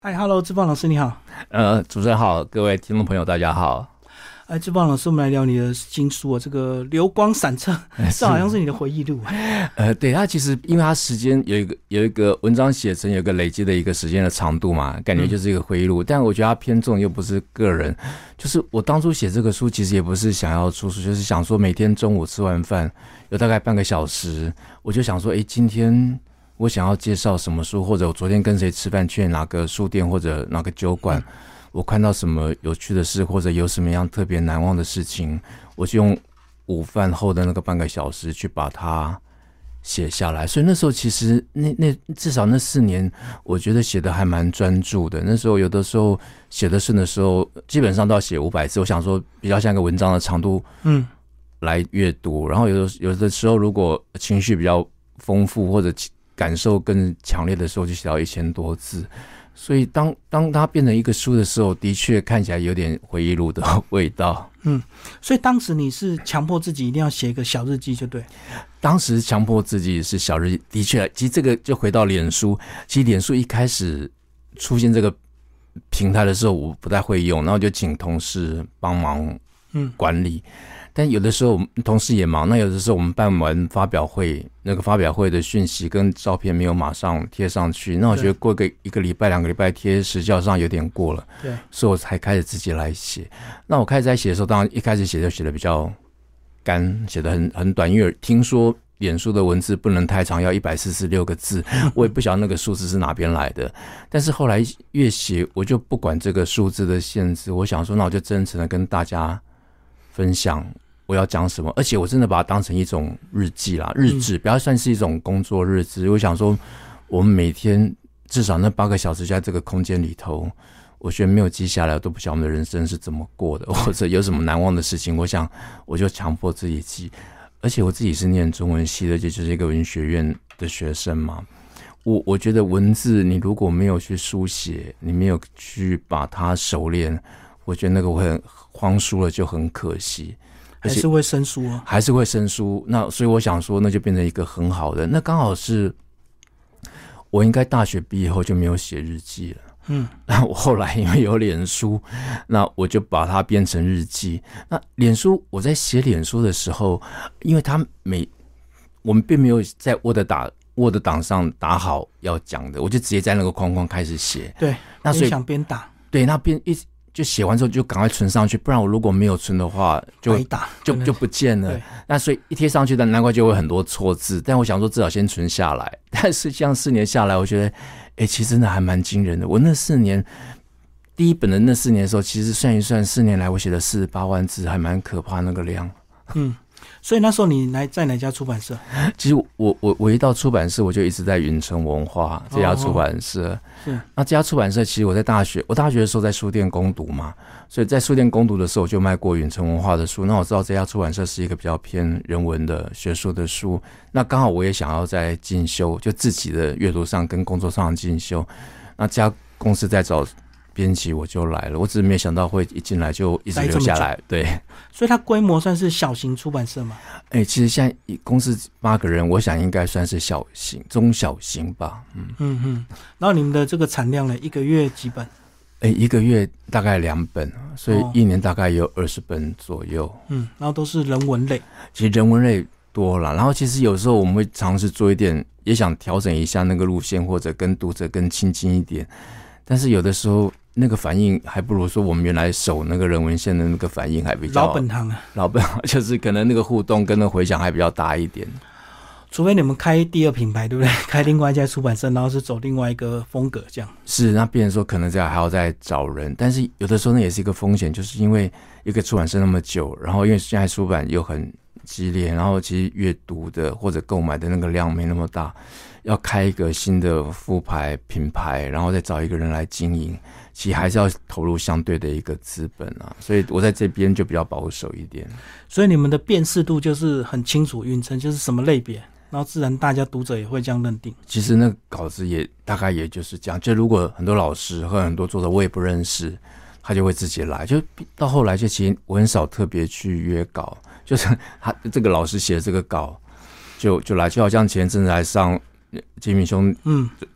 嗨 ，Hello，志邦老师你好。 主持人好，各位听众朋友大家好。 志邦老师，我们来聊你的新书这个流光闪测，这好像是你的回忆录。 对，它其实因为它时间有一个文章写成有一个累积的一个时间的长度嘛，感觉就是一个回忆录。但我觉得它偏重又不是个人，就是我当初写这个书其实也不是想要出书，就是想说每天中午吃完饭有大概半个小时，我就想说，今天我想要介绍什么书，或者我昨天跟谁吃饭去哪个书店或者哪个酒馆。我看到什么有趣的事，或者有什么样特别难忘的事情，我就用午饭后的那个半个小时去把它写下来。所以那时候其实至少那4年，我觉得写的还蛮专注的。那时候有的时候写得顺的时候，基本上都要写500字。我想说比较像一个文章的长度，来阅读。然后有的时候如果情绪比较丰富或者感受更强烈的时候，就写到1000多字。所以当它变成一个书的时候，的确看起来有点回忆录的味道。 所以当时你是强迫自己一定要写一个小日记就对。 当时强迫自己是小日记，的确，其实这个就回到脸书。其实脸书一开始出现这个平台的时候，我不太会用，然后就请同事帮忙管理。但有的时候同事也忙，那有的时候我们办完发表会，那个发表会的讯息跟照片没有马上贴上去，那我觉得过一个礼拜2个礼拜贴时效上有点过了，对，所以我才开始自己来写。那我开始在写的时候，当然一开始写就写的比较干，写的很短，因为听说脸书的文字不能太长，要146个字，我也不晓得那个数字是哪边来的。但是后来越写，我就不管这个数字的限制，我想说，那我就真诚的跟大家分享我要讲什么，而且我真的把它当成一种日记啦，日志，不要算是一种工作日志。我想说，我们每天至少那8个小时在这个空间里头，我觉得没有记下来，我都不晓得我们的人生是怎么过的，或者有什么难忘的事情。我想，我就强迫自己记。而且我自己是念中文系的，就是一个文学院的学生嘛。我觉得文字你如果没有去书写，你没有去把它熟练，我觉得那个会很荒疏了，就很可惜， 还是会生疏啊， 还是会生疏。那所以我想说，那就变成一个很好的。那刚好是我应该大学毕业后就没有写日记了。那我后来因为有脸书，那我就把它变成日记。那脸书我在写脸书的时候，因为我们并没有在 Word 档上打好要讲的，我就直接在那个框框开始写。 对，那所以边想边打。 对，那就写完之后就赶快存上去，不然我如果没有存的话，就不见了。那所以一贴上去的，难怪就会很多错字。但我想说，至少先存下来。但是这样4年下来，我觉得，其实真的还蛮惊人的。我那4年第一本的那4年的时候，其实算一算，4年来我写了48万字，还蛮可怕那个量。 所以那时候你在哪家出版社？ 其实我一到出版社，我就一直在云城文化这家出版社。那这家出版社其实我大学的时候在书店攻读嘛，所以在书店攻读的时候我就卖过云城文化的书。那我知道这家出版社是一个比较偏人文的学术的书，那刚好我也想要在进修，就自己的阅读上跟工作上的进修。那这家公司在找编辑，我就来了。我只是没有想到会一进来就一直留下来。对， 所以它规模算是小型出版社嘛？ 其实现在公司8个人，我想应该算是小型、中小型吧。 然后你们的这个产量呢，1个月几本 ？1个月大概2本，所以1年大概有20本左右。 然后都是人文类。 其实人文类多了，然后其实有时候我们会尝试做一点，也想调整一下那个路线，或者跟读者更亲近一点。但是有的时候那个反应还不如说我们原来守那个人文线的那个反应还比较老本行啊， 就是可能那个互动跟那个回响还比较大一点。 除非你们开第2品牌，对不对？开另外一家出版社，然后是走另外一个风格这样。 是，那变成说可能这样还要再找人，但是有的时候那也是一个风险，就是因为一个出版社那么久，然后因为现在出版又很激烈，然后其实阅读的或者购买的那个量没那么大，要开一个新的副牌品牌，然后再找一个人来经营，其实还是要投入相对的一个资本啊，所以我在这边就比较保守一点。 所以你们的辨识度就是很清楚匀称，就是什么类别，然后自然大家读者也会这样认定。 其实那个稿子也大概也就是这样，就如果很多老师和很多作者我也不认识，他就会自己来，就到后来就其实我很少特别去约稿，就是他这个老师写的这个稿就来，就好像前阵子来上金明兄的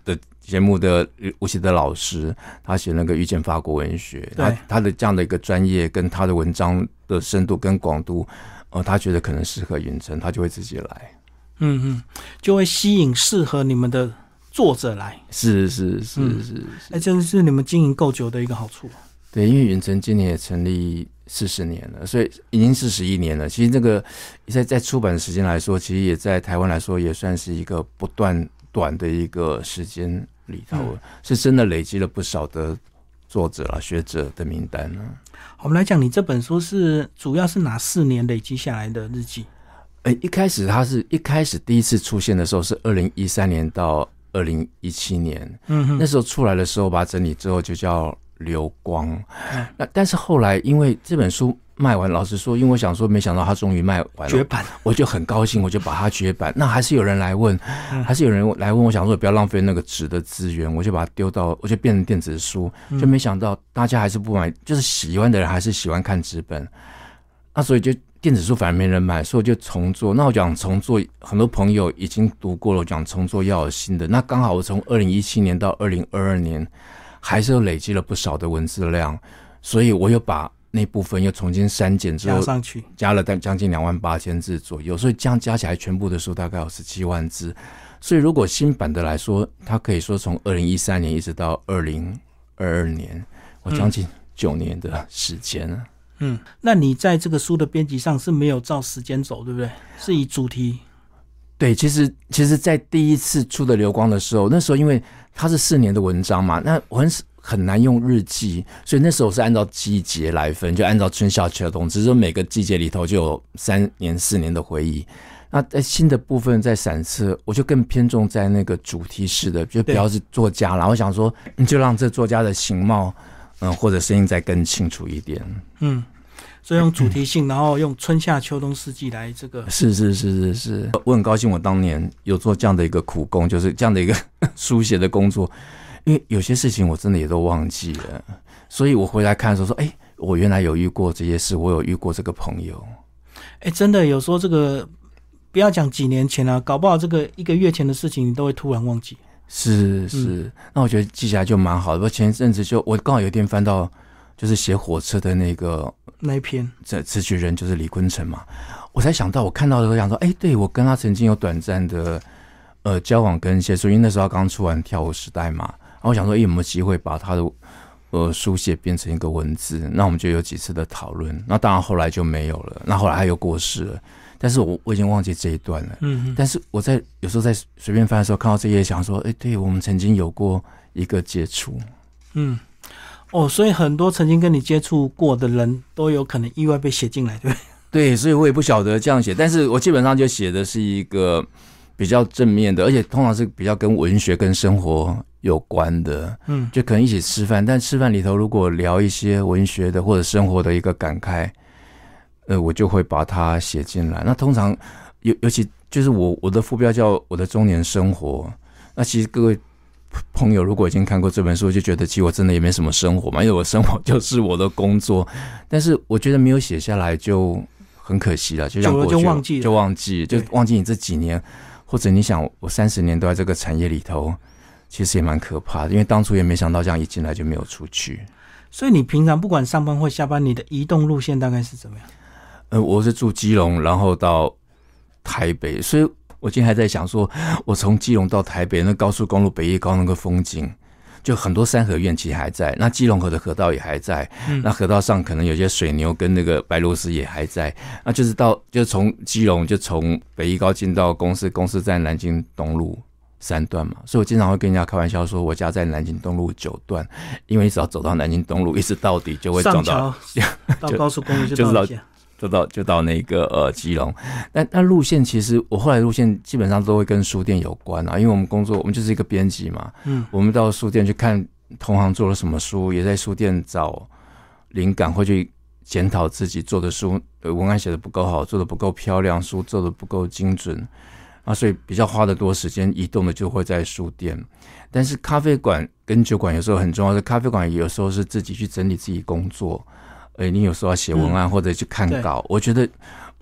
节目的吴习德老师，他写那个遇见法国文学，他的这样的一个专业跟他的文章的深度跟广度，他觉得可能适合云城，他就会自己来。 就会吸引适合你们的作者来。是，这是你们经营够久的一个好处。 对，因为云城今年也成立40年了，所以已经41年了。其实这个在出版的时间来说，其实也在台湾来说也算是一个不断短的一个时间里头，是真的累积了不少的作者啦、学者的名单了。 我们来讲，你这本书主要是哪4年累积下来的日记？ 一开始第一次出现的时候是2013年到2017年，那时候出来的时候把它整理之后就叫流光。那但是后来因为这本书卖完，老实说，因为我想说没想到它终于卖完了， 绝版，我就很高兴，我就把它绝版。那还是有人来问，我想说不要浪费那个纸的资源，我就把它丢到，我就变成电子书，就没想到大家还是不买，就是喜欢的人还是喜欢看纸本，那所以就电子书反而没人买，所以我就重做。那我讲重做，很多朋友已经读过了，我讲重做要有新的。那刚好我从2017年到2022年，还是有累积了不少的文字量，所以我又把那部分又重新删减之后， 加上去， 加了将近28000字左右，所以这样加起来全部的书大概有17万字。所以如果新版的来说，它可以说从2013年一直到2022年，我将近9年的时间了。 那你在这个书的编辑上是没有照时间走，对不对？是以主题。 对，其实在第一次出的流光的时候，那时候因为它是4年的文章嘛，那我很难用日记，所以那时候是按照季节来分，就按照春夏秋冬，只是说每个季节里头就有3年4年的回忆。那在新的部分，在散册，我就更偏重在那个主题式的，就不要是作家啦。我想说，你就让这作家的形貌，或者声音再更清楚一点。 所以用主题性，然后用春夏秋冬四季来这个。 是，我很高兴，我当年有做这样的一个苦工，就是这样的一个书写的工作，因为有些事情我真的也都忘记了，所以我回来看的时候说，我原来有遇过这些事，我有遇过这个朋友。 真的有时候这个不要讲几年前啊，搞不好这个1个月前的事情，你都会突然忘记。 是，那我觉得记起来就蛮好的。我前一阵子我刚好有一天翻到，就是写火车的那一篇， 这词曲人就是李坤城嘛，我才想到，我看到的时候想说，对，我跟他曾经有短暂的交往跟接触，因为那时候他刚出完《跳舞时代》嘛，然后我想说，有没有机会把他的书写变成一个文字？那我们就有几次的讨论，那当然后来就没有了，那后来他又过世了。但是我已经忘记这一段了。但是我有时候在随便翻的时候看到这页，想说，对，我们曾经有过一个接触。 所以很多曾经跟你接触过的人都有可能意外被写进来，对不对？ 对，所以我也不晓得这样写，但是我基本上就写的是一个比较正面的，而且通常是比较跟文学跟生活有关的。就可能一起吃饭，但吃饭里头如果聊一些文学的或者生活的一个感慨，我就会把它写进来。那通常尤其就是我的副标叫我的中年生活，那其实各位朋友如果已经看过这本书，就觉得其实我真的也没什么生活嘛，因为我生活就是我的工作。但是我觉得没有写下来就很可惜了，就像过去就忘记你这几年，或者你想我30年都在这个产业里头，其实也蛮可怕的，因为当初也没想到这样一进来就没有出去。 所以你平常不管上班或下班，你的移动路线大概是怎么样？ 我是住基隆，然后到台北，所以我今天还在想说，我从基隆到台北那高速公路北一高那个风景，就很多三合院其实还在，那基隆河的河道也还在，那河道上可能有些水牛跟那个白鹭鸶也还在，那就是从基隆就从北一高进到公司在南京东路3段嘛，所以我经常会跟人家开玩笑说，我家在南京东路9段，因为你只要走到南京东路一直到底，就会撞到到高速公路就到那个基隆。那路线其实我后来路线基本上都会跟书店有关啊，因为我们工作我们就是一个编辑嘛，我们到书店去看同行做了什么书，也在书店找灵感，会去检讨自己做的书文案写的不够好，做的不够漂亮，书做的不够精准啊，所以比较花得多时间移动的就会在书店。但是咖啡馆跟酒馆有时候很重要，咖啡馆有时候是自己去整理自己工作，你有时候要写文案或者去看稿，我觉得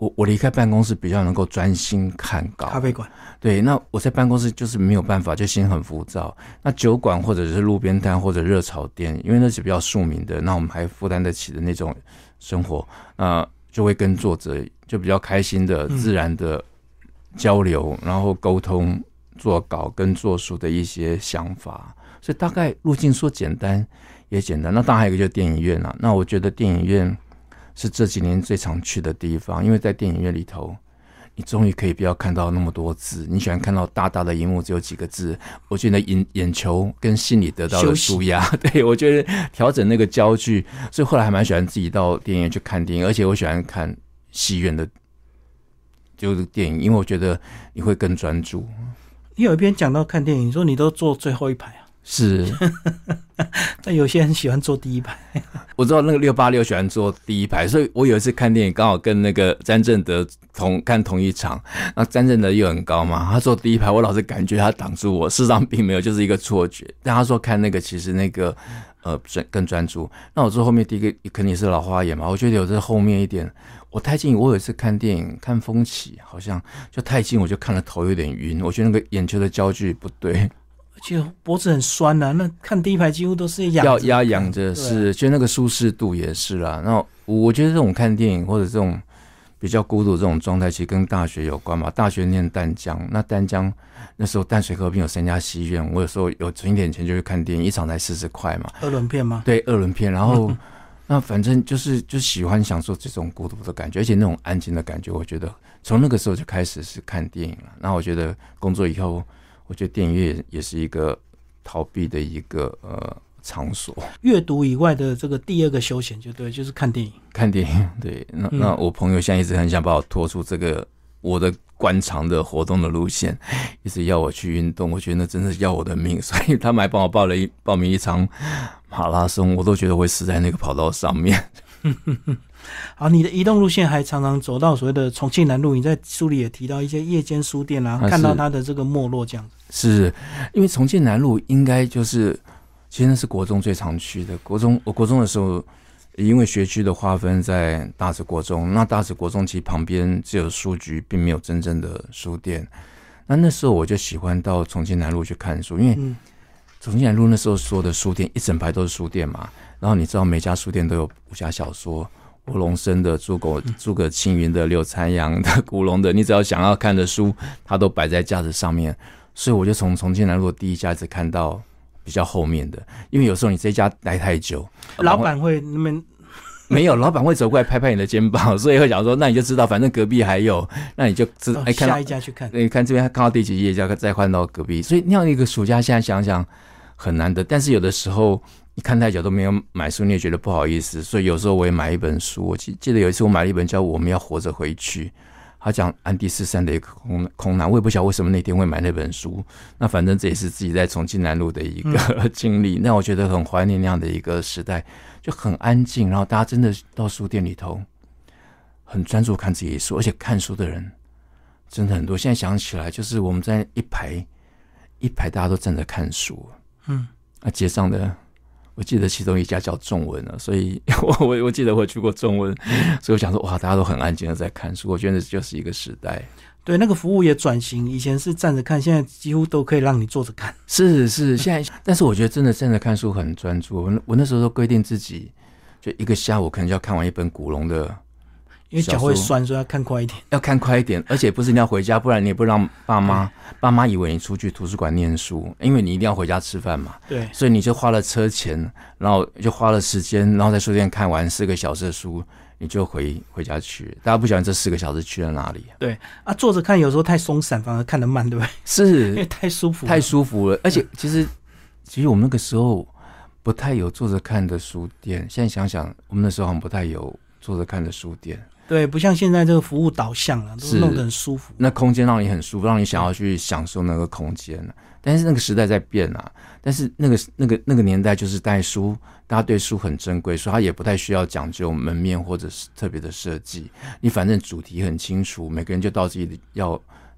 我离开办公室比较能够专心看稿。 咖啡馆， 对，那我在办公室就是没有办法，就心很浮躁。那酒馆或者是路边摊或者热炒店，因为那是比较庶民的，那我们还负担得起的那种生活，就会跟作者就比较开心的、自然的交流，然后沟通做稿跟做书的一些想法。所以大概路径说简单也简单。那当然还有一个就是电影院啊，那我觉得电影院是这几年最常去的地方，因为在电影院里头你终于可以不要看到那么多字，你喜欢看到大大的萤幕只有几个字，我觉得眼球跟心里得到了舒压。对，我觉得调整那个焦距，所以后来还蛮喜欢自己到电影院去看电影，而且我喜欢看戏院的就是电影，因为我觉得你会更专注。 你有一边讲到看电影，你说你都坐最后一排啊？ 是， 但有些人喜欢坐第一排。 我知道那个686喜欢坐第一排，所以我有一次看电影刚好跟那个詹正德看同一场，那詹正德又很高嘛，他坐第一排，我老是感觉他挡住我，事实上并没有，就是一个错觉。但他说看那个其实那个更专注。那我坐后面第一个肯定是老花眼嘛，我觉得有这后面一点我太近，我有一次看电影看风起，好像就太近，我就看了头有点晕，我觉得那个眼球的焦距不对。 而且脖子很酸啊，那看第一排几乎都是要仰着，是，就那个舒适度也是啦。那我觉得这种看电影或者这种比较孤独这种状态，其实跟大学有关嘛。大学念淡江，那淡江那时候淡水河边有3家戏院，我有时候有存一点钱就去看电影，一场才40块嘛。 二轮片吗？ 对，二轮片。然后那反正就喜欢享受这种孤独的感觉，而且那种安静的感觉，我觉得从那个时候就开始是看电影了。那我觉得工作以后，我觉得电影院也是一个逃避的一个场所。 阅读以外的这个第二个休闲就对，就是看电影。 看电影，对。那我朋友现在一直很想把我拖出这个我的惯常的活动的路线，一直要我去运动，我觉得那真的是要我的命，所以他们还帮我报名一场马拉松，我都觉得会死在那个跑道上面。 好，你的移动路线还常常走到所谓的重庆南路，你在书里也提到一些夜间书店啊，看到它的这个没落这样子。 是因为重庆南路应该就是其实那是国中最常去的。我国中的时候，因为学区的划分在大直国中，那大直国中其实旁边只有书局，并没有真正的书店。那时候我就喜欢到重庆南路去看书，因为重庆南路那时候所有的书店一整排都是书店嘛，然后你知道每家书店都有武侠小说，吴龙生的、诸葛青云的、柳残阳的、古龙的，你只要想要看的书，它都摆在架子上面。所以我就从重庆南路第一家一直看到比较后面的，因为有时候你这家待太久， 老板会那边没有，老板会走过来拍拍你的肩膀，所以会讲说，那你就知道，反正隔壁还有，那你就知道，看下一家去看。 你看这边看到第几页，再换到隔壁，所以那样一个暑假，现在想想很难得。但是有的时候你看太久都没有买书，你也觉得不好意思，所以有时候我也买一本书。我记得有一次我买了一本叫《我们要活着回去》。他讲安第斯山的一个空难，我也不晓得为什么那天会买那本书。那反正这也是自己在重庆南路的一个经历。那我觉得很怀念那样的一个时代，就很安静，然后大家真的到书店里头很专注看自己的书，而且看书的人真的很多。现在想起来，就是我们在一排大家都站着看书。街上的。我记得其中一家叫中文了，所以我记得我去过中文，所以我想说哇，大家都很安静的在看书，我觉得这就是一个时代。 对，那个服务也转型，以前是站着看，现在几乎都可以让你坐着看。 是，现在，但是我觉得真的站着看书很专注。我那时候都规定自己，就一个下午可能就要看完一本古龙的。 因为脚会酸，所以要看快一点， 而且不是你要回家，不然你也不让爸妈以为你出去图书馆念书，因为你一定要回家吃饭嘛。 对， 所以你就花了车钱，然后就花了时间，然后在书店看完4个小时的书，你就回家去。大家不晓得这4个小时去了哪里。 对啊，坐着看有时候太松散，反而看得慢，对不对？ 是， 因为太舒服了。而且其实我们那个时候不太有坐着看的书店，现在想想，我们那时候好像不太有坐着看的书店。 对，不像现在这个服务导向了，都弄得很舒服。 那空间让你很舒服，让你想要去享受那个空间。但是那个时代在变啊，但是那个年代就是带书，大家对书很珍贵，所以他也不太需要讲究门面或者是特别的设计。你反正主题很清楚，每个人就到自己要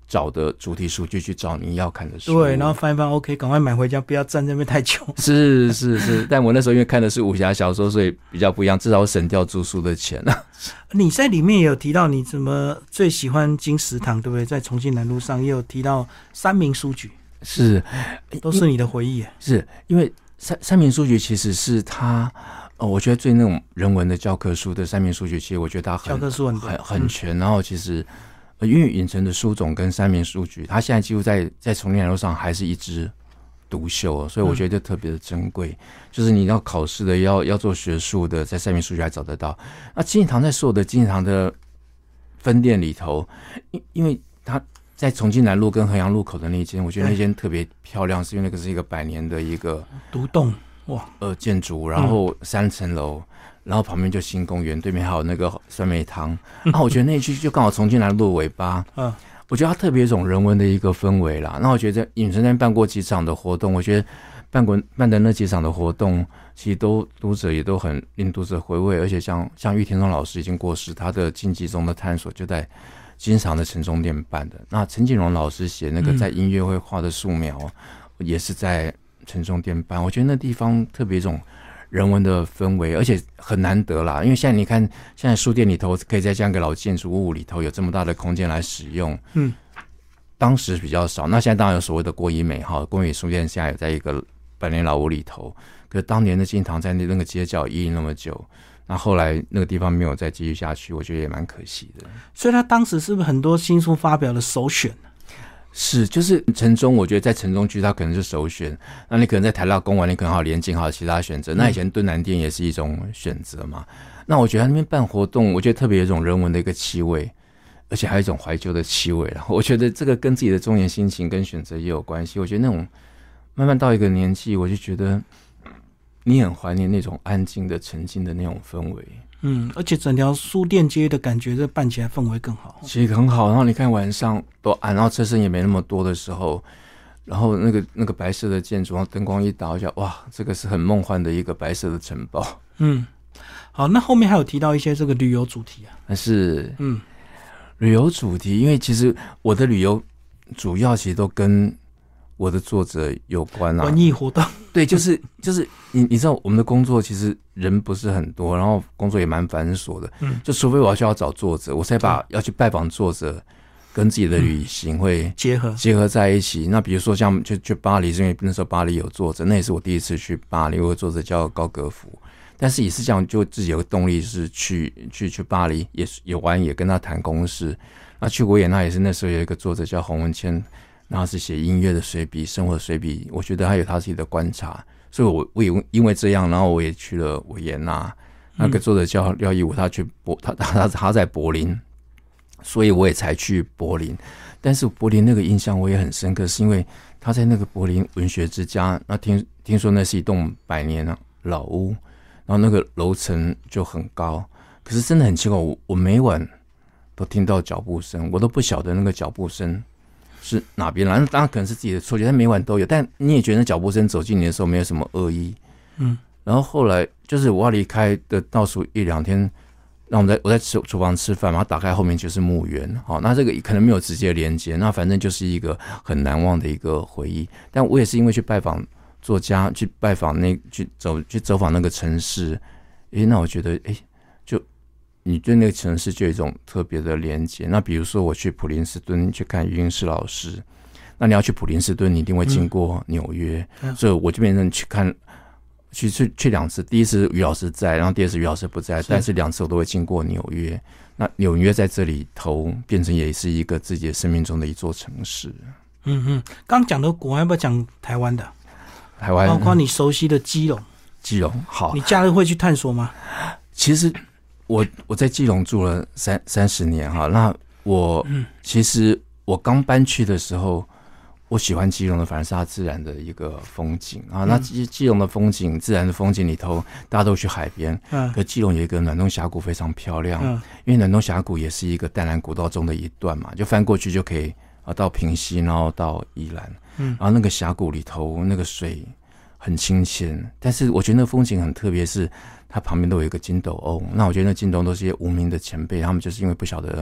找的主题书，就去找你要看的书。 对，然后翻一翻 OK， 赶快买回家，不要站在那边太久。 是，但我那时候因为看的是武侠小说，所以比较不一样，至少我省掉住宿的钱啊。 你在里面也有提到你怎么最喜欢金石堂，对不对？在重庆南路上也有提到三民书局， 是， 都是你的回忆耶。 是因为三民书局其实是他。我觉得最那种人文的教科书的三民书局，其实我觉得它教科书很全，然后其实因为影城的书总跟三民书局，它现在几乎在重庆南路上还是一枝独秀，所以我觉得特别的珍贵。就是你要考试的，要做学术的，在三民书局还找得到。那金石堂在所有的金石堂的分店里头，因为它在重庆南路跟衡阳路口的那间，我觉得那间特别漂亮，是因为那个是一个100年的一个独栋。哇， 建筑，然后3层楼，然后旁边就新公园，对面还有那个酸梅汤。我觉得那一区就刚好重庆南路的尾巴。我觉得它特别一种人文的一个氛围啦。那我觉得影城那边办过几场的活动，我觉得办的那几场的活动，其实读者也都很令读者回味，而且像郁天松老师已经过世，他的竞技中的探索就在金石堂的城中店办的。那陈景荣老师写那个在音乐会画的素描，也是在城中店办。我觉得那地方特别一种人文的氛围，而且很难得啦。因为现在你看，现在书店里头可以在这样一个老建筑物里头有这么大的空间来使用，当时比较少。那现在当然有所谓的郭怡美郭怡美书店，现在有在一个100年老屋里头。可是当年的金石堂在那个街角屹立那么久，那后来那个地方没有再继续下去，我觉得也蛮可惜的。 所以他当时是不是很多新书发表的首选？ 是，就是城中，我觉得在城中区它可能是首选。那你可能在台大公馆，你可能还有联景，还有其他选择。那以前敦南店也是一种选择嘛。那我觉得他那边办活动，我觉得特别有一种人文的一个气味，而且还有一种怀旧的气味。然后我觉得这个跟自己的中年心情跟选择也有关系。我觉得那种慢慢到一个年纪，我就觉得你很怀念那种安静的、沉静的那种氛围。 而且整条书店街的感觉，这办起来氛围更好。 其实很好，然后你看晚上都暗，然后车身也没那么多的时候，然后那个白色的建筑，然后灯光一打，我想哇，这个是很梦幻的一个白色的城堡。 好，那后面还有提到一些这个旅游主题啊。 旅游主题，因为其实我的旅游主要其实都跟我的作者有关文艺活动。 对，就是你知道我们的工作其实人不是很多，然后工作也蛮繁琐的，就除非我需要找作者，我才把要去拜访作者跟自己的旅行会结合在一起。那比如说像去巴黎，是因为那时候巴黎有作者，那也是我第一次去巴黎，有个作者叫高格夫，但是也是这样，就自己有个动力是去巴黎也玩，也跟他谈公事。那去维也纳也是那时候有一个作者叫洪文谦，然后是写音乐的随笔、生活的随笔，我觉得他有他自己的观察，所以我也因为这样，然后我也去了维也纳。那个作者叫廖义武，他在柏林，所以我也才去柏林。但是柏林那个印象我也很深刻，是因为他在那个柏林文学之家，那听说那是一栋100年老屋，然后那个楼层就很高，可是真的很奇怪，我每晚都听到脚步声，我都不晓得那个脚步声是哪边来，那当然可能是自己的错觉，但每晚都有。但你也觉得那脚步声走近你的时候没有什么恶意，然后后来就是我要离开的倒数1-2天，那我在厨房吃饭嘛，打开后面就是墓园。好，那这个可能没有直接连接，那反正就是一个很难忘的一个回忆。但我也是因为去拜访作家，去拜访去走访那个城市，那我觉得就你对那个城市就有一种特别的连接。那比如说我去普林斯顿去看余英时老师，那你要去普林斯顿，你一定会经过纽约，所以我就变成去看。去2次，第一次余老师在，然后第二次余老师不在，但是2次我都会经过纽约。那纽约在这里头变成也是一个自己的生命中的一座城市。 刚讲的国外，要不要讲台湾的？ 台湾包括你熟悉的基隆。 好， 你假日会去探索吗？ 其实我在基隆住了30年哈。那其实我刚搬去的时候，我喜欢基隆的反而是它自然的一个风景啊。那基隆的风景，自然的风景里头，大家都去海边。可基隆有一个暖冬峡谷非常漂亮，因为暖冬峡谷也是一个淡蓝古道中的一段嘛，就翻过去就可以到平溪，然后到宜兰。然后那个峡谷里头那个水很清浅，但是我觉得那个风景很特别，是它旁边都有一个筋斗瓯。那我觉得那筋斗瓯都是一些无名的前辈，他们就是因为不晓得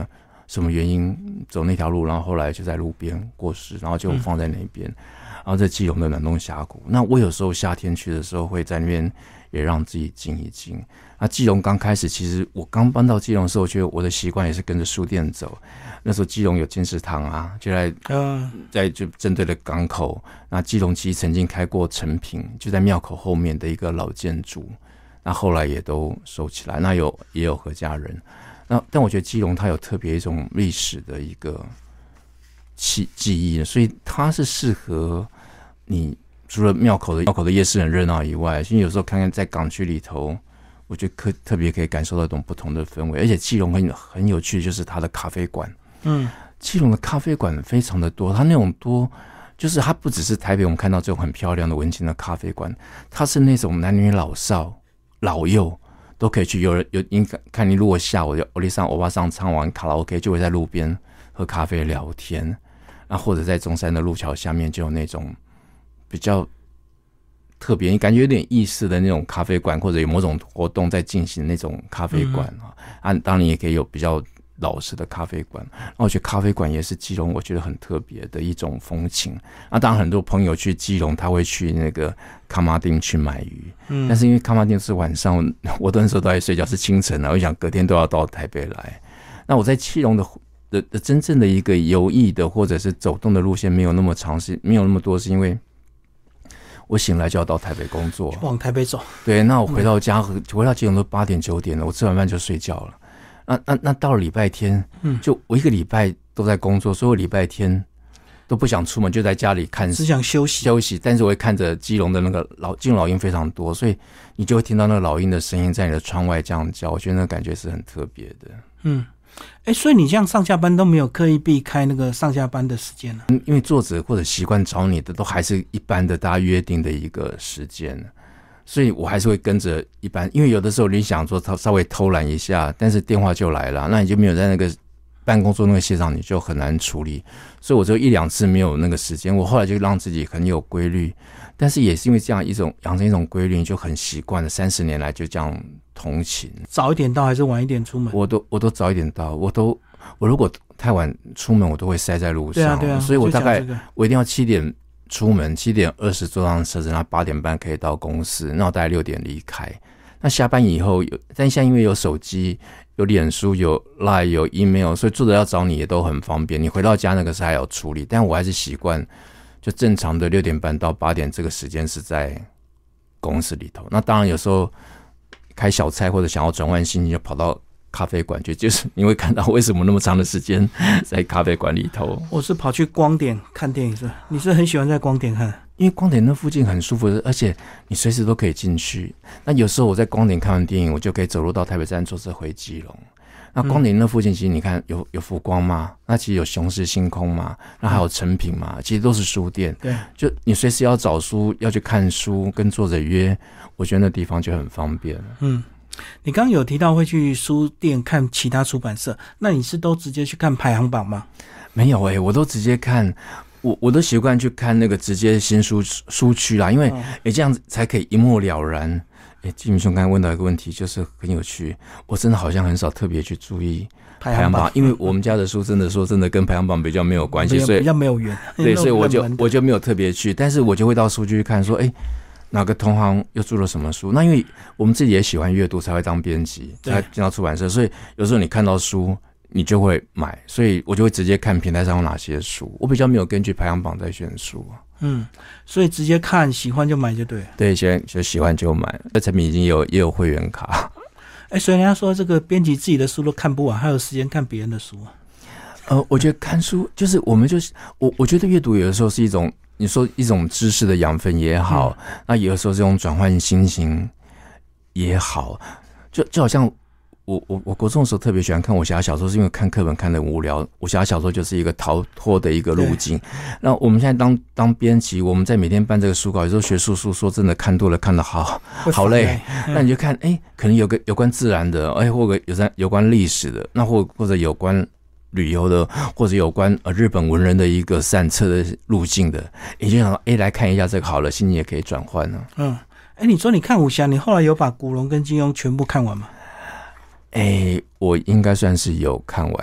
什么原因走那条路，然后后来就在路边过世，然后就放在那边。然后在基隆的暖洞峡谷，那我有时候夏天去的时候会在那边也让自己静一静。那基隆刚开始，其实我刚搬到基隆的时候，我觉得我的习惯也是跟着书店走。那时候基隆有金石堂啊，就在就正对的港口。那基隆其实曾经开过诚品，就在庙口后面的一个老建筑，那后来也都收起来。那也有何家人。但我觉得基隆它有特别一种历史的一个记忆，所以它是适合你除了庙口的夜市很热闹以外，其实有时候看看在港区里头，我觉得特别可以感受到一种不同的氛围。而且基隆很有趣，就是它的咖啡馆。基隆的咖啡馆非常的多，它那种多就是它不只是台北我们看到这种很漂亮的文青的咖啡馆，它是那种男女老少老幼都可以去。你看你如果下午欧丽桑欧巴桑唱完卡拉 OK， 就会在路边喝咖啡聊天。那或者在中山的路桥下面就有那种比较特别，你感觉有点意思的那种咖啡馆，或者有某种活动在进行那种咖啡馆当然也可以有比较老式的咖啡馆。那我觉得咖啡馆也是基隆我觉得很特别的一种风情。那当然很多朋友去基隆他会去那个卡马丁去买鱼，但是因为卡马丁是晚上，我那时候都在睡觉，是清晨我想隔天都要到台北来。那我在基隆的真正的一个游艺的或者是走动的路线没有那么长，没有那么多，是因为我醒来就要到台北工作， 往台北走。 对，那我回到家，回到基隆都8点9点了，我吃完饭就睡觉了。那到了礼拜天，就我一个礼拜都在工作，所以我礼拜天都不想出门，就在家里看， 只想休息。 但是我会看着基隆的那个基隆老鹰非常多，所以你就会听到那个老鹰的声音在你的窗外这样叫，我觉得那个感觉是很特别的。 所以你这样上下班都没有刻意避开那个上下班的时间呢？ 因为作者或者习惯找你的都还是一般的大家约定的一个时间，所以我还是会跟着一般。因为有的时候你想说稍微偷懒一下，但是电话就来了，那你就没有在那个办公桌那个线上，你就很难处理。所以我只有1-2次没有那个时间，我后来就让自己很有规律。但是也是因为这样养成一种规律，你就很习惯了，30年来就这样通勤。 早一点到还是晚一点出门？ 我都早一点到，我如果太晚出门，我都会塞在路上。 对啊， 所以我大概我一定要7点出门，7点20坐上车子，然后8点半可以到公司，那我大概6点离开。那下班以后但现在因为有手机、有脸书、有 Line、有 email， 所以作者要找你也都很方便。你回到家那个事还要处理，但我还是习惯就正常的6点半到8点这个时间是在公司里头。那当然有时候开小菜或者想要转换心情，就跑到咖啡馆去，就是你会看到为什么那么长的时间在咖啡馆里头。 我是跑去光点看电影，是吧？你是很喜欢在光点看？ 因为光点那附近很舒服，而且你随时都可以进去。那有时候我在光点看完电影，我就可以走路到台北站坐车回基隆。那光点那附近其实你看有福光嘛，那其实有雄狮星空嘛，那还有诚品嘛，其实都是书店。 对， 就你随时要找书要去看书，跟作者约，我觉得那地方就很方便。 你刚刚有提到会去书店看其他出版社，那你是都直接去看排行榜吗？ 没有我都直接看。我都习惯去看那个直接新书区啦，因为这样子才可以一目了然。季明兄刚才问到一个问题，就是很有趣，我真的好像很少特别去注意排行榜，因为我们家的书真的跟排行榜比较没有关系，所以比较没有缘。 对，所以我就没有特别去，但是我就会到书区去看说，哪个同行又出了什么书？那因为我们自己也喜欢阅读，才会当编辑，才进到出版社，所以有时候你看到书你就会买，所以我就会直接看平台上有哪些书，我比较没有根据排行榜在选书。 所以直接看喜欢就买就对了。 对，就喜欢就买。在成品已经也有会员卡。 所以人家说这个编辑自己的书都看不完，还有时间看别人的书我觉得看书就是我觉得阅读有的时候是一种，你说一种知识的养分也好，那有的时候这种转换心情也好，就好像我国中的时候特别喜欢看武侠小说，是因为看课本看得无聊，武侠小说就是一个逃脱的一个路径。那我们现在当编辑，我们在每天办这个书稿，有时候学术书说真的看多了，看得好累。那你就看可能有关自然的，或者有关历史的，那或者有关旅游的，或者有关日本文人的一个散策的路径的，你就想说来看一下这个好了，心情也可以转换了。 你说你看武侠，你后来有把古龙跟金庸全部看完吗？ 我应该算是有看完，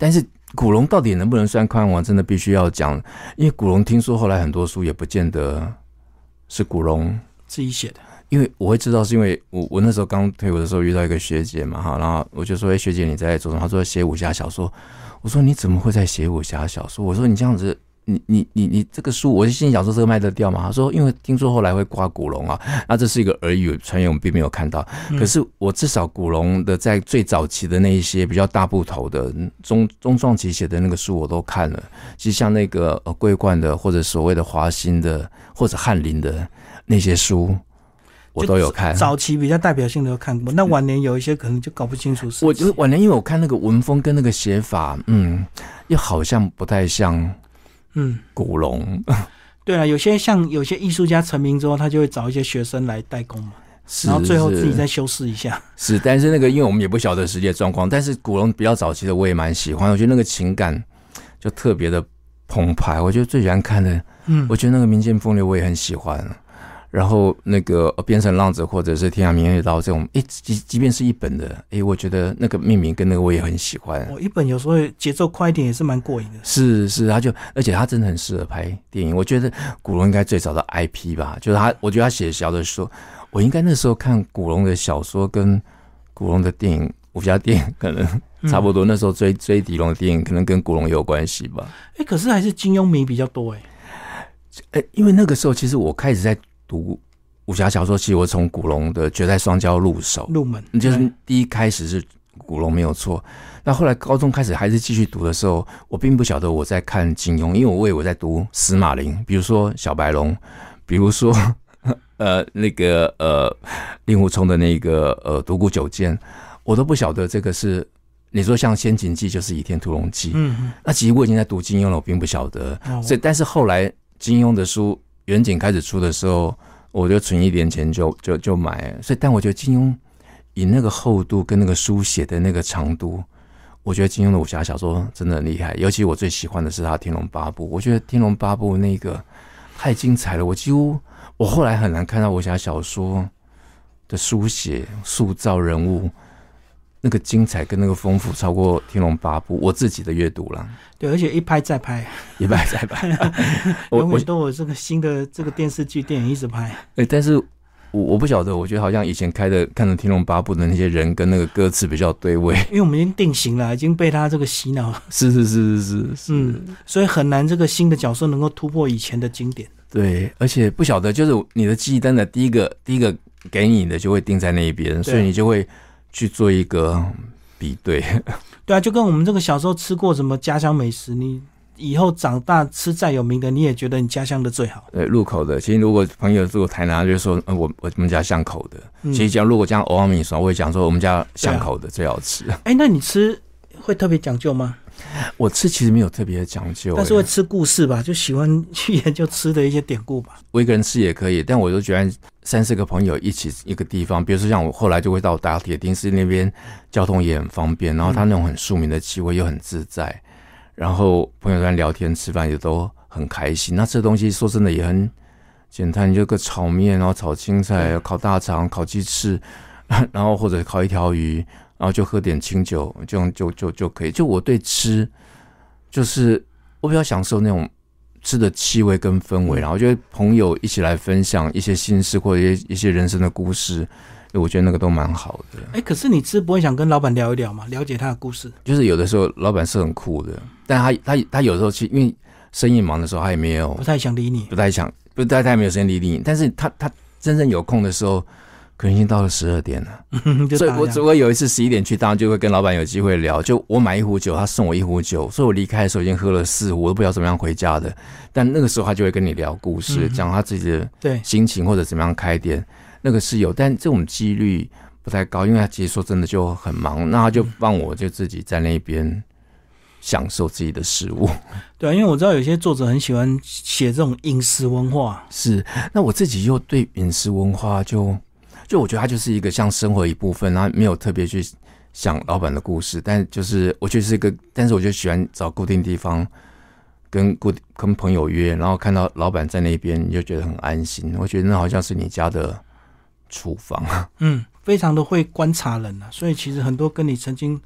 但是古龙到底能不能算科幻王，真的必须要讲，因为古龙听说后来很多书也不见得是古龙自己写的。 因为我会知道，是因为我那时候刚退伍的时候遇到一个学姐嘛，哈，然后我就说：“学姐你在做什么？”她说：“写武侠小说。”我说：“你怎么会在写武侠小说？”我说：“你这样子。”你这个书，我就心里想说这个卖得掉吗？他说因为听说后来会挂古龙啊，那这是一个耳语传言，我们并没有看到。可是我至少古龙的在最早期的那一些比较大部头的中壮期写的那个书我都看了。其实像那个桂冠的或者所谓的华新的或者翰林的那些书。我都有看， 早期比较代表性的都看过，那晚年有一些可能就搞不清楚。 我觉得晚年因为我看那个文风跟那个写法，又好像不太像。古龙， 对啊，有些艺术家成名之后，他就会找一些学生来代工嘛，然后最后自己再修饰一下。 是，但是那个因为我们也不晓得实际的状况，但是古龙比较早期的我也蛮喜欢，我觉得那个情感就特别的澎湃，我觉得最喜欢看的，我觉得那个民间风流我也很喜欢。然后那个边城浪子或者是天涯明月刀这种，即便是一本的，我觉得那个命名跟那个我也很喜欢。 一本有时候节奏快一点也是蛮过瘾的。 是，而且他真的很适合拍电影。我觉得古龙应该最早的 IP 吧，就是我觉得他写小的时候，我应该那时候看古龙的小说跟古龙的电影，武侠电影可能差不多。那时候追狄龙的电影可能跟古龙有关系吧。 可是还是金庸迷比较多因为那个时候其实我开始在读武侠小说，其实我从古龙的《绝代双骄》入门，就是第一开始是古龙没有错。那后来高中开始还是继续读的时候，我并不晓得我在看金庸，因为我以为我在读司马林，比如说小白龙，比如说那个令狐冲的那个独孤九剑，我都不晓得这个是你说像《仙境记》就是《倚天屠龙记》，那其实我已经在读金庸了，我并不晓得。所以但是后来金庸的书远景开始出的时候，我就存一点钱就买。所以但我觉得金庸以那个厚度跟那个书写的那个长度，我觉得金庸的武侠小说真的很厉害。尤其我最喜欢的是他《天龙八部》，我觉得《天龙八部》那个太精彩了，我后来很难看到武侠小说的书写塑造人物那个精彩跟那个丰富超过《天龙八部》我自己的阅读了。 对，而且一拍再拍， 一拍再拍， 永远都有这个新的这个电视剧、电影一直拍。 但是我不晓得，我觉得好像以前看的《天龙八部》的那些人跟那个歌词比较对味， 因为我们已经定型了，已经被他这个洗脑。 是， 所以很难这个新的角色能够突破以前的经典。 对，而且不晓得，就是你的记忆单的第一个给你的就会定在那一边，所以你就会去做一个比对。 对啊，就跟我们这个小时候吃过什么家乡美食，你以后长大吃再有名的，你也觉得你家乡的最好。 对，入口的。其实如果朋友住台南，就说我们家巷口的。其实如果讲欧阳米爽，我会讲说我们家巷口的最好吃。 那你吃会特别讲究吗？ 我吃其实没有特别的讲究， 但是会吃故事吧，就喜欢去研究吃的一些典故吧。 我一个人吃也可以，但我就觉得3-4个朋友一起一个地方，比如说像我后来就会到打铁丁市那边，交通也很方便，然后他那种很庶民的气味又很自在，然后朋友在聊天吃饭也都很开心。那这东西说真的也很简单，你就个炒面，然后炒青菜，烤大肠，烤鸡翅，然后或者烤一条鱼。然后就喝点清酒，这样就可以。就我对吃，就是我比较享受那种吃的气味跟氛围，然后就朋友一起来分享一些心事或者一些人生的故事，我觉得那个都蛮好的。 可是你吃不会想跟老板聊一聊吗？了解他的故事。 就是有的时候老板是很酷的，但他有时候其实因为生意忙的时候，他也没有不太想理你， 他也没有时间理你。但是他真正有空的时候。可能已经到了12点了，所以我有一次11点去，当然就会跟老板有机会聊。就我买一壶酒，他送我一壶酒，所以我离开的时候已经喝了4壶，我都不知道怎么样回家的。但那个时候他就会跟你聊故事，讲他自己的心情或者怎么样开店，那个是有，但这种几率不太高，因为他其实说真的就很忙，那他就让我就自己在那边享受自己的食物。 对啊，因为我知道有些作者很喜欢写这种饮食文化。 是，那我自己又对饮食文化就我觉得它就是一个像生活一部分，然后没有特别去想老板的故事，但就是我觉得是一个，但是我就喜欢找固定地方跟朋友约，然后看到老板在那边，你就觉得很安心。我觉得那好像是你家的厨房。 非常的会观察人啊，所以其实很多跟你曾经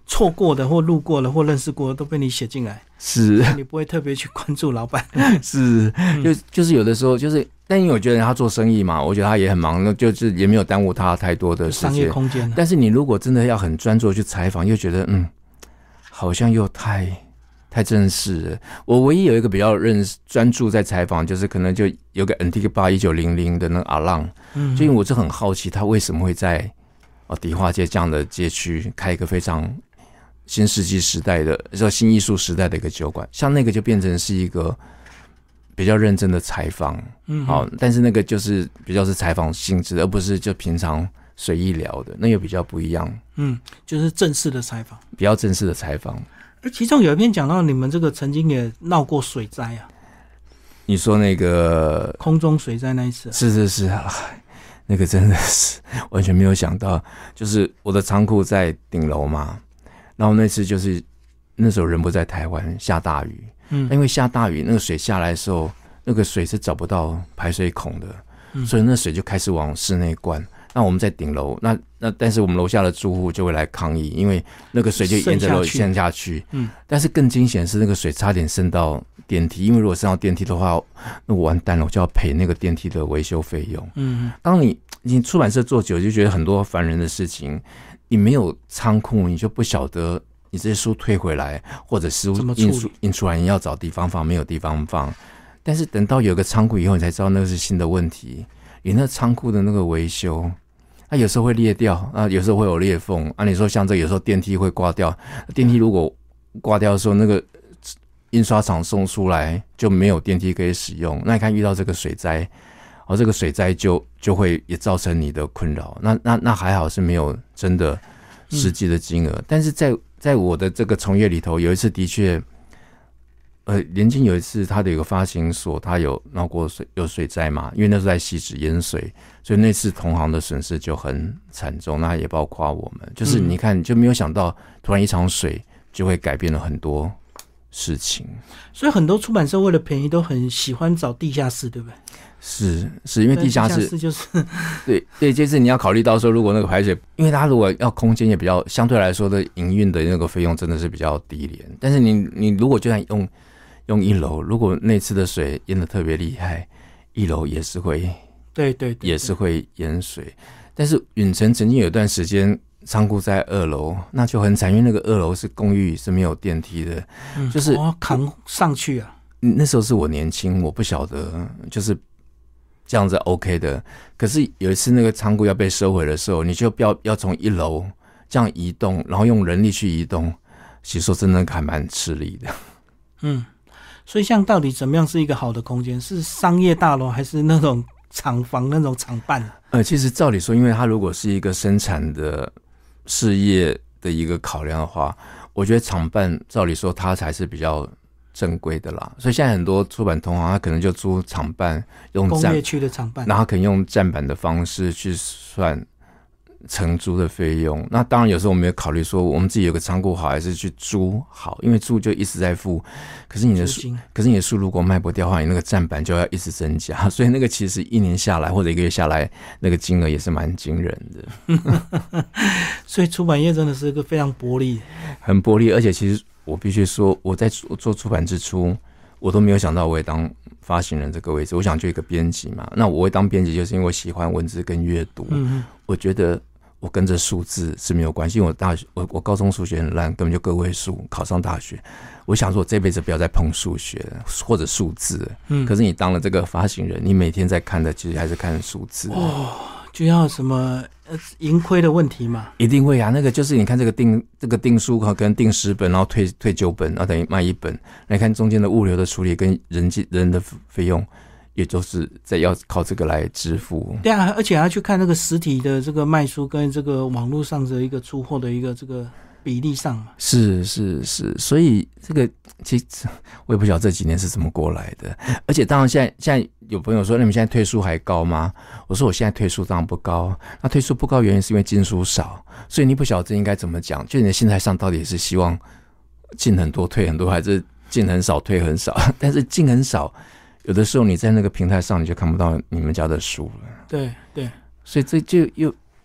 错过的或路过的或认识过的都被你写进来， 是你不会特别去关注老板。 是，就是有的时候就是，但因为我觉得他做生意嘛，我觉得他也很忙，那就是也没有耽误他太多的时间商业空间。 但是你如果真的要很专注去采访，又觉得好像又太正式了。我唯一有一个比较专注在采访，就是可能就有个 Antique Bar 1900的那个阿浪，就因为我就很好奇他为什么会在迪化街这样的街区开一个非常新世纪时代的新艺术时代的一个酒馆，像那个就变成是一个比较认真的采访，好，但是那个就是比较是采访性质的，而不是就平常随意聊的，那又比较不一样。 就是正式的采访， 比较正式的采访。 而其中有一篇讲到你们这个曾经也闹过水灾啊， 你说那个空中水灾那一次， 是，那个真的是完全没有想到，就是我的仓库在顶楼嘛，然后那次就是那时候人不在台湾，下大雨，因为下大雨那个水下来的时候，那个水是找不到排水孔的，所以那水就开始往室内灌。那我们在顶楼，那但是我们楼下的住户就会来抗议，因为那个水就沿着楼陷下去。但是更惊险的是那个水差点渗到电梯，因为如果渗到电梯的话，那我完蛋了，我就要赔那个电梯的维修费用。当你出版社做久，就觉得很多烦人的事情，你没有仓库，你就不晓得你这些书退回来，或者是印出来，你要找地方放，没有地方放。但是等到有个仓库以后，你才知道那个是新的问题。你那仓库的那个维修，有时候会裂掉，有时候会有裂缝。你说像这有时候电梯会挂掉，电梯如果挂掉的时候，那个印刷厂送出来就没有电梯可以使用。那你看遇到这个水灾，这个水灾就会也造成你的困扰。那还好是没有真的实际的金额，但是在我的这个从业里头，有一次的确。联经有一次，他的有个发行所，他有闹过水灾嘛？因为那时候在汐止淹水，所以那次同行的损失就很惨重。那也包括我们，就是你看，就没有想到，突然一场水就会改变了很多事情。 所以很多出版社为了便宜，都很喜欢找地下室，对不对？ 是因为地下室就是对，就是你要考虑到说，如果那个排水，因为它如果要空间也比较相对来说的营运的那个费用真的是比较低廉，但是你如果就算用一楼，如果那次的水淹得特别厉害，一楼也是会， 对， 也是会淹水。但是允城曾经有一段时间仓库在2楼，那就很惨，因为那个2楼是公寓，是没有电梯的，就是扛上去啊。 那时候是我年轻，我不晓得就是这样子 OK 的。可是有一次那个仓库要被收回的时候，你就要从1楼这样移动，然后用人力去移动，其实说真的还蛮吃力的。 所以像到底怎么样是一个好的空间？是商业大楼还是那种厂房那种厂办？ 其实照理说，因为它如果是一个生产的事业的一个考量的话，我觉得厂办照理说它才是比较正规的啦。所以现在很多出版同行，他可能就租厂办，用工业区的厂办， 然后可能用站板的方式去算承租的费用。那当然有时候我们也考虑说，我们自己有个仓库好还是去租好，因为租就一直在付，可是你的书如果卖不掉的话，你那个站板就要一直增加，所以那个其实1年下来或者1个月下来，那个金额也是蛮惊人的。 所以出版业真的是一个非常薄利， 很薄利。而且其实我必须说，我在做出版之初，我都没有想到我会当发行人这个位置。我想就一个编辑嘛，那我会当编辑就是因为我喜欢文字跟阅读。我觉得我跟着数字是没有关系，因为我高中数学很烂，根本就个位数，考上大学。我想说我这辈子不要再碰数学或者数字。可是你当了这个发行人，你每天在看的其实还是看数字。 就要什么盈亏的问题嘛？ 一定会啊！那个就是你看这个订书可能订10本，然后退9本，然后等于卖1本。来看中间的物流的处理跟人的费用，也就是要靠这个来支付。 对啊，而且还要去看那个实体的这个卖书跟这个网络上的一个出货的一个这个比例上。 是，所以这个其实我也不晓得这几年是怎么过来的。而且当然现在有朋友说，那你们现在退书还高吗？我说我现在退书当然不高。那退书不高原因是因为进书少，所以你不晓得这应该怎么讲。就你的心态上到底是希望进很多退很多，还是进很少退很少？但是进很少，有的时候你在那个平台上你就看不到你们家的书了。 对， 所以这就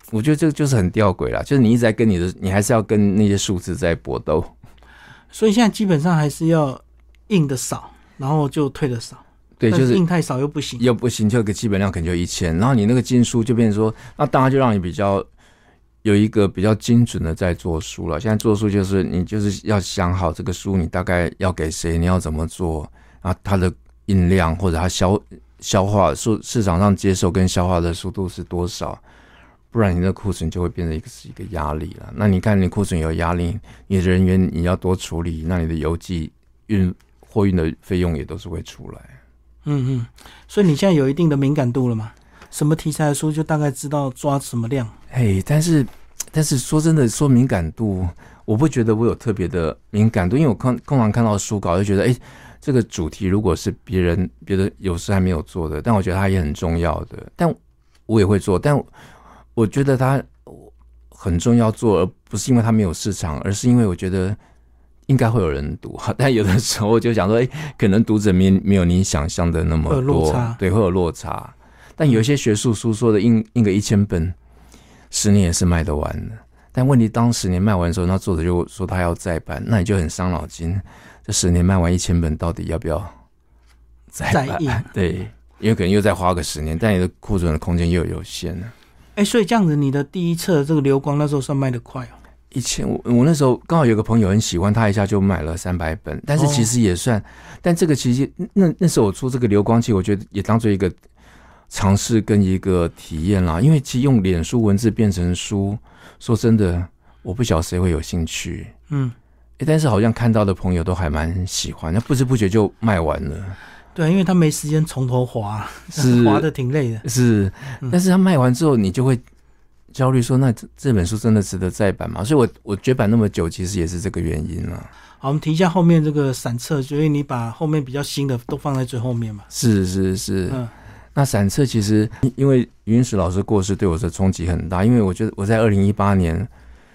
我觉得这个就是很吊诡啦，就是你一直在跟你还是要跟那些数字在搏斗。 所以现在基本上还是要印的少，然后就退的少。 对，就是印太少又不行， 就个基本量可能就1000，然后你那个进书就变成说，那当然就让你比较有一个比较精准的在做书了。现在做书就是你就是要想好这个书你大概要给谁，你要怎么做，然后它的印量或者它消化市场上接受跟消化的速度是多少，不然你的库存就会变成一个压力了。那你看你库存有压力，你的人员你要多处理，那你的邮寄货运的费用也都是会出来。 所以你现在有一定的敏感度了嘛？什么题材的书就大概知道抓什么量。 但是说真的，说敏感度，我不觉得我有特别的敏感度，因为我通常看到书稿就觉得，这个主题如果是别的有时还没有做的，但我觉得它也很重要的，但我也会做，但我觉得它很重要做，而不是因为它没有市场，而是因为我觉得应该会有人读，但有的时候我就想说，可能读者没有你想象的那么多， 会有落差， 对，会有落差。但有一些学术书说的印个1000本，10年也是卖得完的。但问题当10年卖完的时候，那作者就说他要再版，那你就很伤脑筋。这10年卖完1000本，到底要不要再印？对，因为可能又再花个10年，但你的库存的空间又有限了。 所以这样子，你的第一册这个流光那时候算卖得快哦。 我那时候刚好有个朋友很喜欢，他一下就买了300本，但是其实也算，但这个其实那时候我出这个流光，其实我觉得也当做一个尝试跟一个体验啦。因为其实用脸书文字变成书，说真的，我不晓得谁会有兴趣。但是好像看到的朋友都还蛮喜欢，那不知不觉就卖完了。 对，因为他没时间从头滑，滑得挺累的。 是，但是他卖完之后，你就会焦虑说，那这本书真的值得再版吗？所以我绝版那么久，其实也是这个原因啊。 好，我们提一下后面这个散册，所以你把后面比较新的都放在最后面嘛。 是。那散册其实因为余英时老师过世对我的冲击很大，因为我觉得我在2018年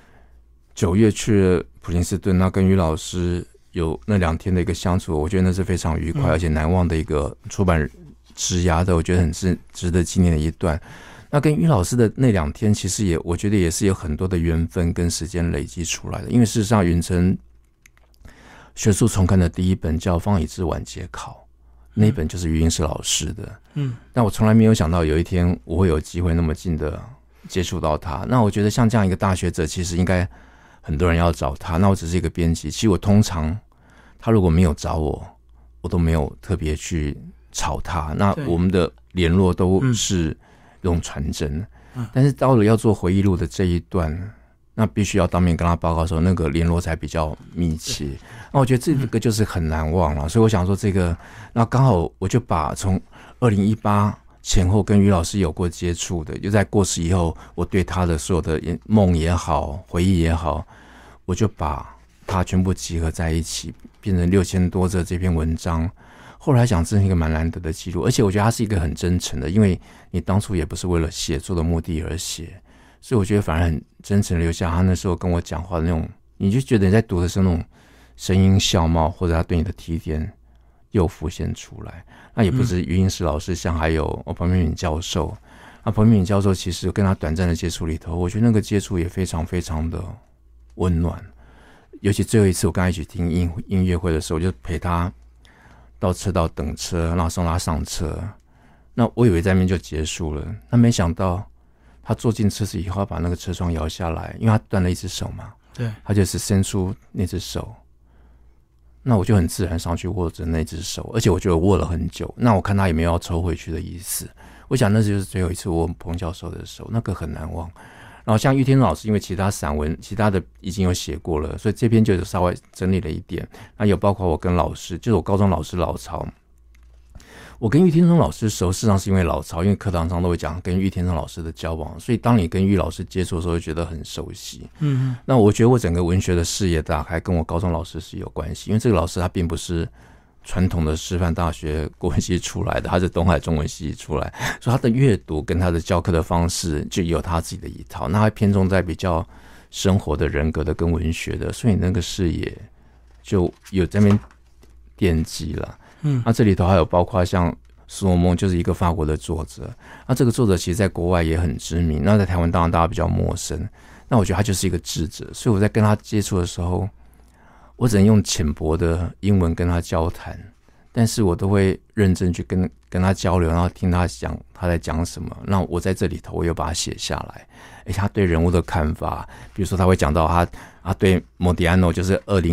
9月去了普林斯顿，那跟余老师有那2天的一个相处，我觉得那是非常愉快而且难忘的一个出版职涯的，我觉得很是值得纪念的一段。那跟余老师的那2天，其实我觉得也是有很多的缘分跟时间累积出来的。因为事实上，云城学术重刊的第一本叫《方以智晚节考》，那一本就是余英时老师的。但我从来没有想到有一天我会有机会那么近的接触到他。那我觉得像这样一个大学者，其实应该很多人要找他。那我只是一个编辑，其实我通常他如果没有找我都没有特别去吵他。那我们的联络都是用传真，但是到了要做回忆录的这一段，那必须要当面跟他报告的时候，那个联络才比较密切。那我觉得这个就是很难忘了，所以我想说这个，那刚好我就把从2018前后跟余老师有过接触的，就在过世以后，我对他的所有的梦也好，回忆也好，我就把它全部集合在一起，变成6000多则这篇文章。后来想，这是一个蛮难得的记录，而且我觉得它是一个很真诚的，因为你当初也不是为了写作的目的而写，所以我觉得反而很真诚留下他那时候跟我讲话的那种，你就觉得你在读的时候那种声音笑貌，或者他对你的提点又浮现出来。那也不是余英时老师，像还有彭明敏教授。那彭明敏教授其实跟他短暂的接触里头，我觉得那个接触也非常非常的温暖。尤其最后一次我跟他一起听音乐会的时候，我就陪他到车道等车，然后送他上车。那我以为在那边就结束了，那没想到他坐进车子以后，把那个车窗摇下来，因为他断了一只手嘛， 对， 他就是伸出那只手，那我就很自然上去握着那只手，而且我觉得我握了很久。那我看他也没有要抽回去的意思，我想那就是最后一次握彭教授的手，那个很难忘。然后像玉天老师，因为其他散文其他的已经有写过了，所以这篇就稍微整理了一点。那有包括我跟老师，就是我高中老师老曹，我跟玉天松老师熟，事实上是因为老曹，因为课堂上都会讲跟玉天松老师的交往，所以当你跟玉老师接触的时候，会觉得很熟悉。那我觉得我整个文学的视野打开，跟我高中老师是有关系，因为这个老师他并不是传统的师范大学国文系出来的，他是东海中文系出来，所以他的阅读跟他的教课的方式就有他自己的一套，那他偏重在比较生活的人格的跟文学的，所以那个视野就有在那边奠基了。那这里头还有包括像苏罗蒙就是一个法国的作者，那这个作者其实在国外也很知名，那在台湾当然大家比较陌生，那我觉得他就是一个智者，所以我在跟他接触的时候，我只能用浅薄的英文跟他交谈，但是我都会认真去跟他交流，然后听他讲他在讲什么，那我在这里头我又把它写下来，他对人物的看法，比如说他会讲到他对莫迪安诺，就是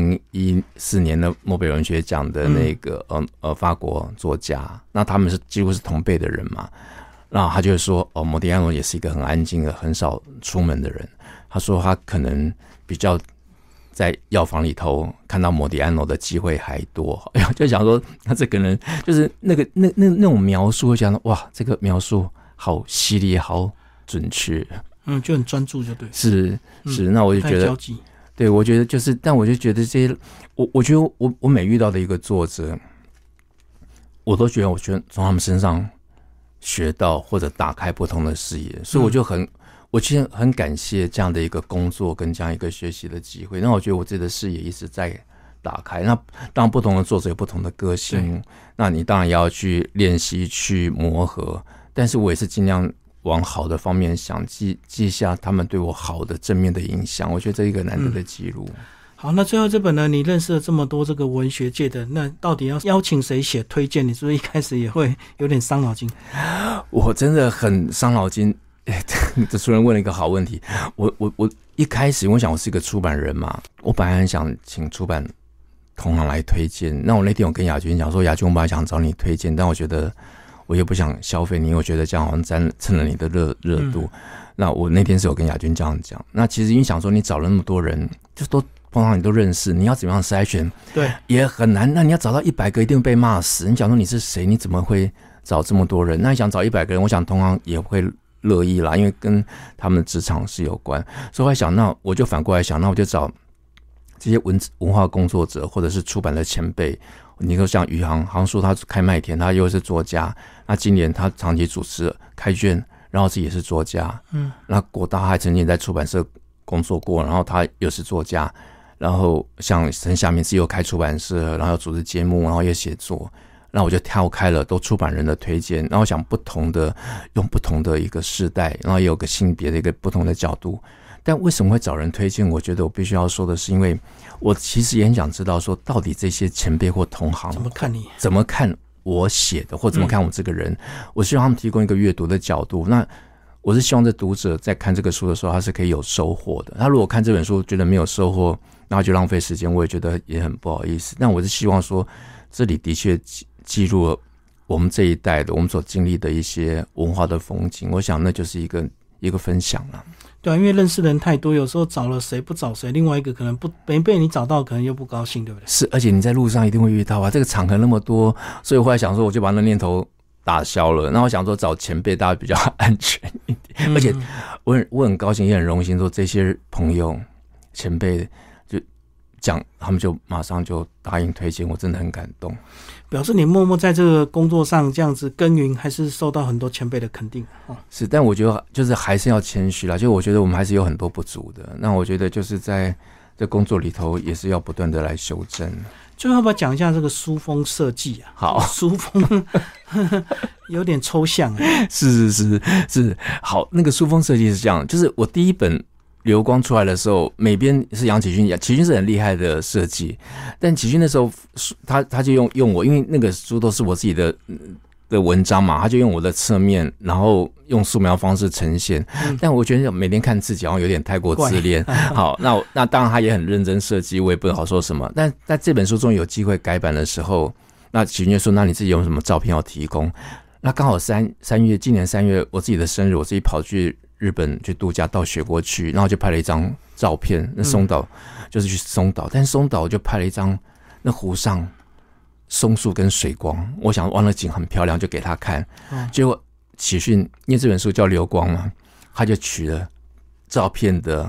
2014年的诺贝尔文学奖的那个法国作家，那他们几乎是同辈的人嘛，那他就会说莫迪安诺也是一个很安静的很少出门的人，他说他可能比较在药房里头看到莫迪安诺的机会还多，就想说他这个人就是那种描述，会想到哇，这个描述好犀利，好准确， 就很专注就对， 是，那我就觉得，对，我觉得就是，但我就觉得这些，我觉得我每遇到的一个作者，我都觉得从他们身上学到或者打开不同的视野，所以我其实很感谢这样的一个工作跟这样一个学习的机会。那我觉得我自己的视野一直在打开。那当然不同的作者有不同的个性，那你当然也要去练习去磨合。但是我也是尽量往好的方面想，记下他们对我好的正面的影响。我觉得这一个难得的记录。 好，那最后这本呢，你认识了这么多这个文学界的，那到底要邀请谁写推荐？你是不是一开始也会有点伤脑筋？ 我真的很伤脑筋。这主任问了一个好问题。我一开始我想我是一个出版人嘛，我本来很想请出版同行来推荐。那我那天我跟亚军讲说，亚军我本来想找你推荐，但我觉得我也不想消费你，因为我觉得这样好像蹭了你的热度。那我那天是有跟亚军这样讲。那其实你想说，你找了那么多人，就都通常你都认识，你要怎么样筛选？对，也很难。那你要找到100个，一定被骂死。你讲说你是谁？你怎么会找这么多人？那你想找100个人，我想同行也会乐意啦，因为跟他们的职场是有关。所以我在想，那我就反过来想，那我就找这些文化工作者或者是出版的前辈。你说像余杭叔，他开麦田，他又是作家。那今年他长期主持开卷，然后自己也是作家。那国大还曾经在出版社工作过，然后他又是作家。然后像陈夏明自己又开出版社，然后又主持节目，然后又写作。那我就跳开了都出版人的推荐，然后想用不同的一个世代，然后也有个性别的一个不同的角度。但为什么会找人推荐？我觉得我必须要说的是，因为我其实也很想知道说，到底这些前辈或同行怎么看我写的，或怎么看我这个人。我希望他们提供一个阅读的角度。那我是希望这读者在看这个书的时候，他是可以有收获的。他如果看这本书觉得没有收获，然后就浪费时间，我也觉得也很不好意思。但我是希望说，这里的确记录了我们这一代的我们所经历的一些文化的风景，我想那就是一个分享了。 对啊，因为认识的人太多，有时候找了谁不找谁，另外一个可能没被你找到，可能又不高兴，对不对？ 是，而且你在路上一定会遇到啊，这个场合那么多，所以我后来想说，我就把那念头打消了。那我想说找前辈大家比较安全一点，而且我很高兴也很荣幸说这些朋友前辈就讲，他们就马上就答应推荐，我真的很感动。 表示你默默在这个工作上这样子耕耘，还是受到很多前辈的肯定。 是，但我觉得就是还是要谦虚啦，就我觉得我们还是有很多不足的。那我觉得就是在这工作里头也是要不断的来修正。 最后要不要讲一下这个书封设计啊？ 好， 书封有点抽象。 是，好，那个书封设计是这样，就是我第一本流光出来的时候，美编是杨启勋，启勋是很厉害的设计，但启勋那时候他就用我，因为那个书都是我自己的文章嘛，他就用我的侧面，然后用素描方式呈现。但我觉得每天看自己好像有点太过自恋。好，那当然他也很认真设计，我也不好说什么。但在这本书中有机会改版的时候，那启勋就说：“那你自己有什么照片要提供？”那刚好今年3月我自己的生日，我自己跑去日本去度假到雪国去，然后就拍了一张照片。那松岛就是去松岛，但是松岛我就拍了一张那湖上松树跟水光，我想哇那景很漂亮，就给他看。结果启勋因为这本书叫流光嘛，他就取了照片的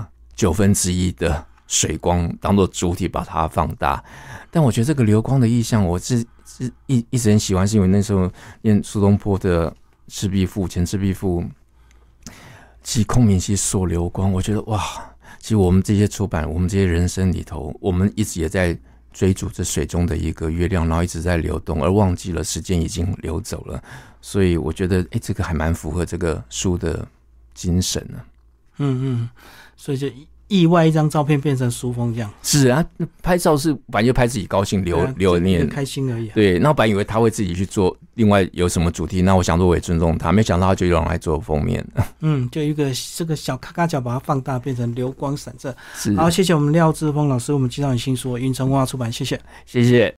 1/9的水光当做主体把它放大。但我觉得这个流光的意象我是一直很喜欢，是因为那时候念苏东坡的赤壁赋前赤壁赋其空明兮溯流光，我觉得哇，其实我们这些出版，我们这些人生里头，我们一直也在追逐这水中的一个月亮，然后一直在流动，而忘记了时间已经流走了。所以我觉得，这个还蛮符合这个书的精神呢。 所以就意外一张照片变成书封这样。 是啊，拍照是本来就拍自己高兴留念开心而已。 对，那我本来以为他会自己去做另外有什么主题，那我想说我也尊重他，没想到他就用来做封面。 就一个这个小咔咔角把它放大变成流光闪射。 是， 好，谢谢我们廖志峰老师，我们介绍你新书《云城文化出版》，谢谢。 谢谢。